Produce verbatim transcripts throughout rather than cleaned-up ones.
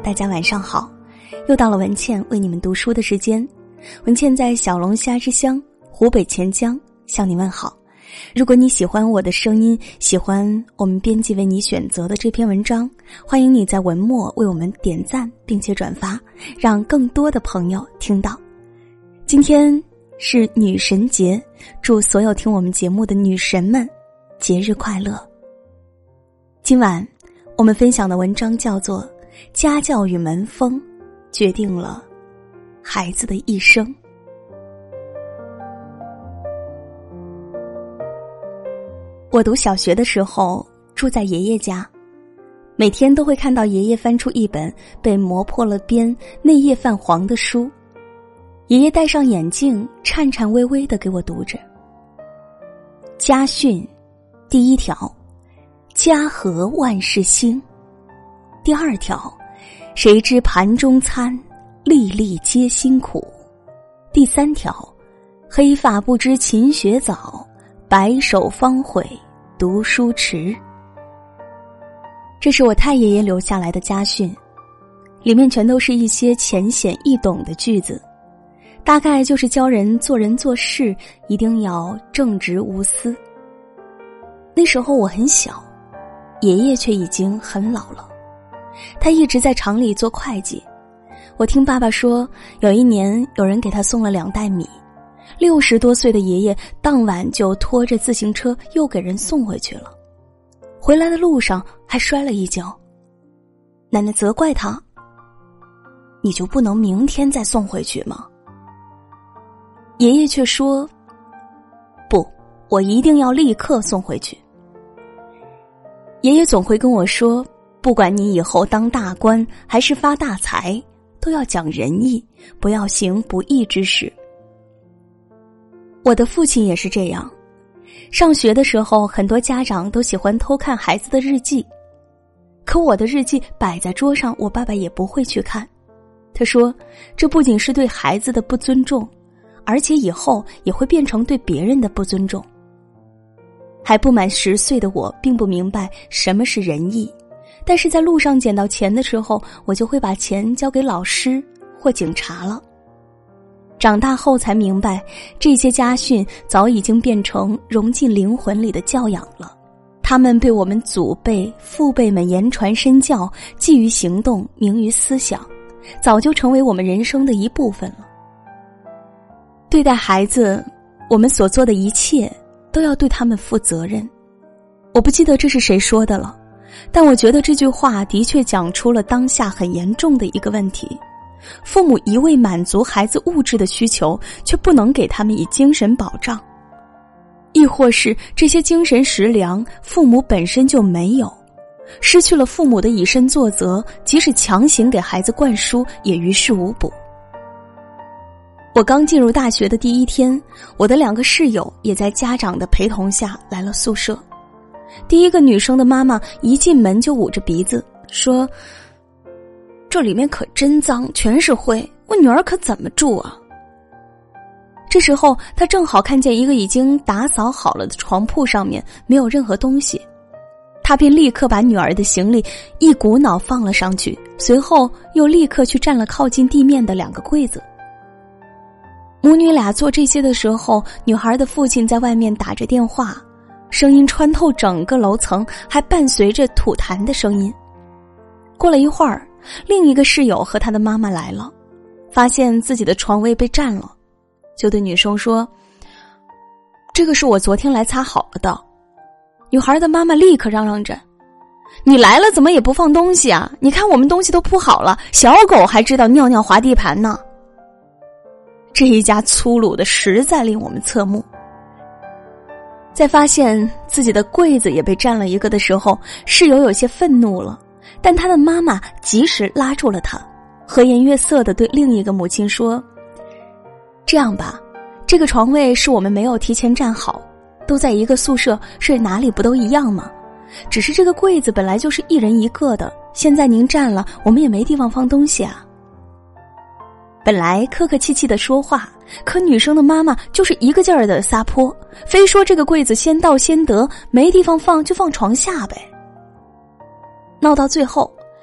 大家晚上好，又到了文倩为你们读书的时间。文倩在小龙虾之乡湖北潜江向你问好。如果你喜欢我的声音，喜欢我们编辑为你选择的这篇文章，欢迎你在文末为我们点赞并且转发，让更多的朋友听到。今天是女神节，祝所有听我们节目的女神们节日快乐。今晚我们分享的文章叫做《家教与门风决定了孩子的一生》。我读小学的时候住在爷爷家，每天都会看到爷爷翻出一本被磨破了边、内页泛黄的书，爷爷戴上眼镜，颤颤巍巍地给我读着。家训第一条，家和万事兴。第二条，谁知盘中餐，粒粒皆辛苦。第三条，黑发不知勤学早，白首方悔读书迟。这是我太爷爷留下来的家训，里面全都是一些浅显易懂的句子，大概就是教人做人做事一定要正直无私。那时候我很小，爷爷却已经很老了，他一直在厂里做会计。我听爸爸说，有一年有人给他送了两袋米，六十多岁的爷爷当晚就拖着自行车又给人送回去了，回来的路上还摔了一跤。奶奶责怪他，你就不能明天再送回去吗？爷爷却说，不，我一定要立刻送回去。爷爷总会跟我说，不管你以后当大官还是发大财，都要讲仁义，不要行不义之事。我的父亲也是这样，上学的时候，很多家长都喜欢偷看孩子的日记，可我的日记摆在桌上，我爸爸也不会去看。他说，这不仅是对孩子的不尊重，而且以后也会变成对别人的不尊重。还不满十岁的我并不明白什么是仁义，但是在路上捡到钱的时候，我就会把钱交给老师或警察了。长大后才明白，这些家训早已经变成融进灵魂里的教养了，他们被我们祖辈父辈们言传身教，寄于行动，明于思想，早就成为我们人生的一部分了。对待孩子，我们所做的一切都要对他们负责任。我不记得这是谁说的了，但我觉得这句话的确讲出了当下很严重的一个问题。父母一味满足孩子物质的需求，却不能给他们以精神保障，亦或是这些精神食粮父母本身就没有，失去了父母的以身作则，即使强行给孩子灌输也于事无补。我刚进入大学的第一天，我的两个室友也在家长的陪同下来了宿舍。第一个女生的妈妈一进门就捂着鼻子说，这里面可真脏，全是灰，我女儿可怎么住啊？这时候她正好看见一个已经打扫好了的床铺上面没有任何东西，她便立刻把女儿的行李一股脑放了上去，随后又立刻去占了靠近地面的两个柜子。母女俩做这些的时候，女孩的父亲在外面打着电话，声音穿透整个楼层，还伴随着吐痰的声音。过了一会儿，另一个室友和他的妈妈来了，发现自己的床位被占了，就对女生说，这个是我昨天来擦好了的。女孩的妈妈立刻嚷嚷着，你来了怎么也不放东西啊？你看我们东西都铺好了，小狗还知道尿尿滑地盘呢。这一家粗鲁的实在令我们侧目。在发现自己的柜子也被占了一个的时候，室友有些愤怒了，但他的妈妈及时拉住了他，和颜悦色地对另一个母亲说，这样吧，这个床位是我们没有提前占好，都在一个宿舍睡哪里不都一样吗？只是这个柜子本来就是一人一个的，现在您占了，我们也没地方放东西啊。本来客客气气的说话，可女生的妈妈就是一个劲儿的撒泼，非说这个柜子先到先得，没地方放就放床下呗。闹到最后，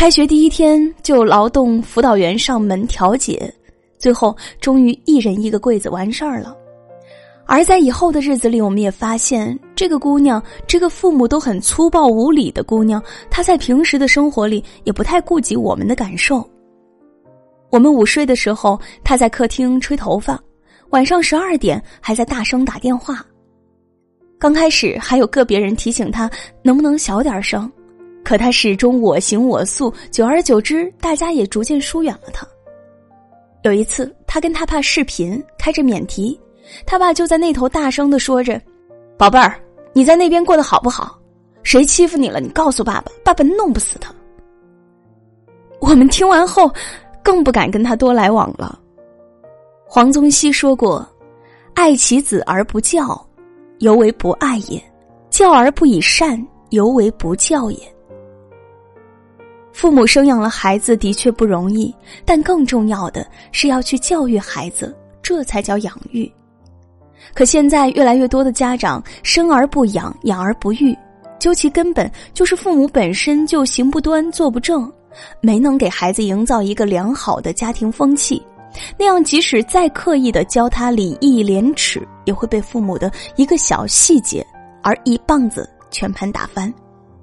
开学第一天就劳动辅导员上门调解，最后终于一人一个柜子完事儿了。而在以后的日子里，我们也发现这个姑娘，这个父母都很粗暴无理的姑娘，她在平时的生活里也不太顾及我们的感受。我们午睡的时候，她在客厅吹头发，晚上十二点还在大声打电话。刚开始还有个别人提醒她能不能小点声，可她始终我行我素，久而久之，大家也逐渐疏远了她。有一次，她跟她爸视频，开着免提，他爸就在那头大声地说着：“宝贝儿，你在那边过得好不好？谁欺负你了？你告诉爸爸，爸爸弄不死他。”我们听完后，更不敢跟他多来往了。黄宗羲说过：“爱其子而不教，犹为不爱也；教而不以善，犹为不教也。”父母生养了孩子的确不容易，但更重要的是要去教育孩子，这才叫养育。可现在越来越多的家长生而不养，养而不育，究其根本就是父母本身就行不端坐不正，没能给孩子营造一个良好的家庭风气，那样即使再刻意的教他礼义廉耻，也会被父母的一个小细节而一棒子全盘打翻。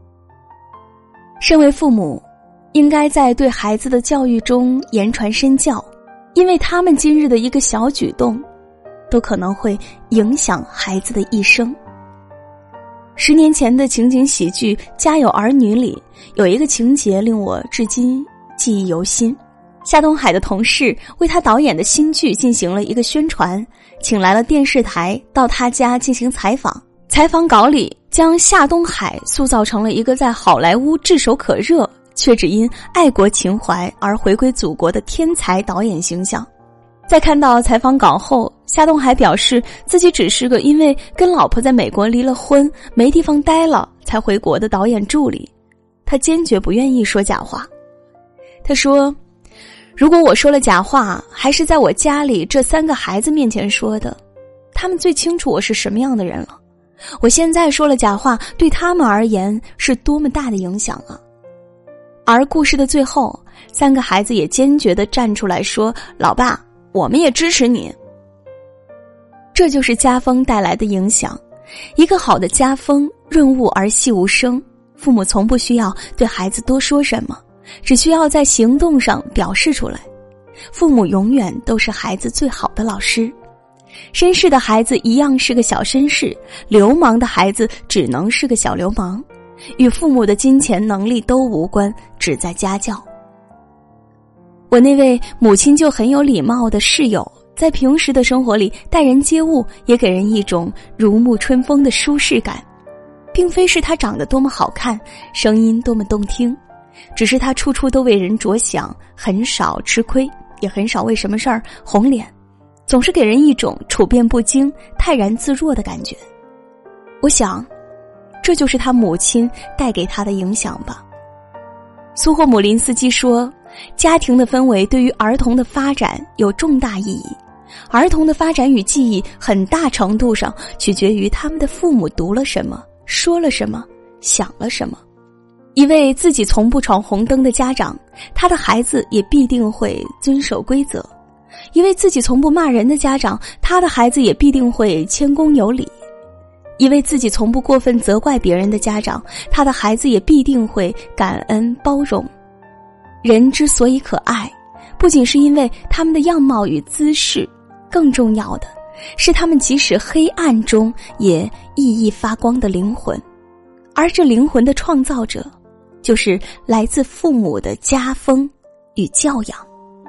身为父母，应该在对孩子的教育中言传身教，因为他们今日的一个小举动都可能会影响孩子的一生。十年前的情景喜剧《家有儿女》里有一个情节令我至今记忆犹新。夏东海的同事为他导演的新剧进行了一个宣传，请来了电视台到他家进行采访。采访稿里将夏东海塑造成了一个在好莱坞炙手可热，却只因爱国情怀而回归祖国的天才导演形象。在看到采访稿后，夏东海表示自己只是个因为跟老婆在美国离了婚，没地方待了才回国的导演助理。他坚决不愿意说假话。他说：“如果我说了假话，还是在我家里这三个孩子面前说的，他们最清楚我是什么样的人了。我现在说了假话，对他们而言是多么大的影响啊！”而故事的最后，三个孩子也坚决地站出来说：“老爸，我们也支持你。”这就是家风带来的影响。一个好的家风，润物而细无声，父母从不需要对孩子多说什么，只需要在行动上表示出来。父母永远都是孩子最好的老师。绅士的孩子一样是个小绅士，流氓的孩子只能是个小流氓，与父母的金钱能力都无关，只在家教。我那位母亲就很有礼貌的室友，在平时的生活里待人接物也给人一种如沐春风的舒适感，并非是她长得多么好看，声音多么动听，只是她处处都为人着想，很少吃亏，也很少为什么事儿红脸，总是给人一种处变不惊、泰然自若的感觉。我想，这就是他母亲带给他的影响吧。苏霍姆林斯基说，家庭的氛围对于儿童的发展有重大意义，儿童的发展与记忆很大程度上取决于他们的父母读了什么，说了什么，想了什么。一位自己从不闯红灯的家长，他的孩子也必定会遵守规则；一位自己从不骂人的家长，他的孩子也必定会谦恭有礼；一位自己从不过分责怪别人的家长，他的孩子也必定会感恩包容。人之所以可爱，不仅是因为他们的样貌与姿势，更重要的是他们即使黑暗中也熠熠发光的灵魂，而这灵魂的创造者就是来自父母的家风与教养。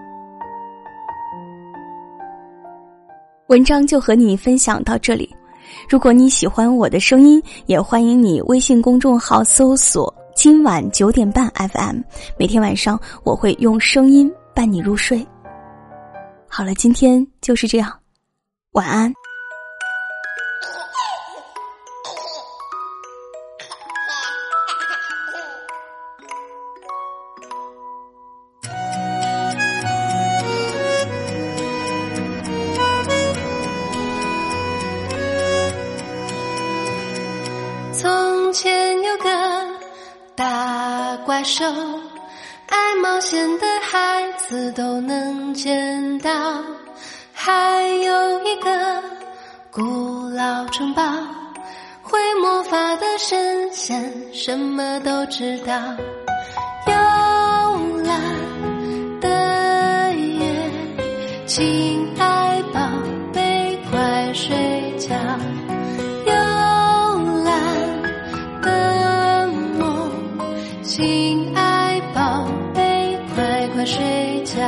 文章就和你分享到这里，如果你喜欢我的声音，也欢迎你微信公众号搜索今晚九点半 F M， 每天晚上我会用声音伴你入睡。好了，今天就是这样，晚安。 从前有个大怪兽， 爱冒险的孩子都能见到，还有一个古老城堡，会魔法的神仙什么都知道。慵懒的夜，亲爱宝贝快睡觉，慵懒的梦，亲爱宝贝快快睡觉。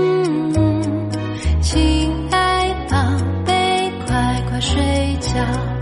亲爱宝贝，快快睡觉。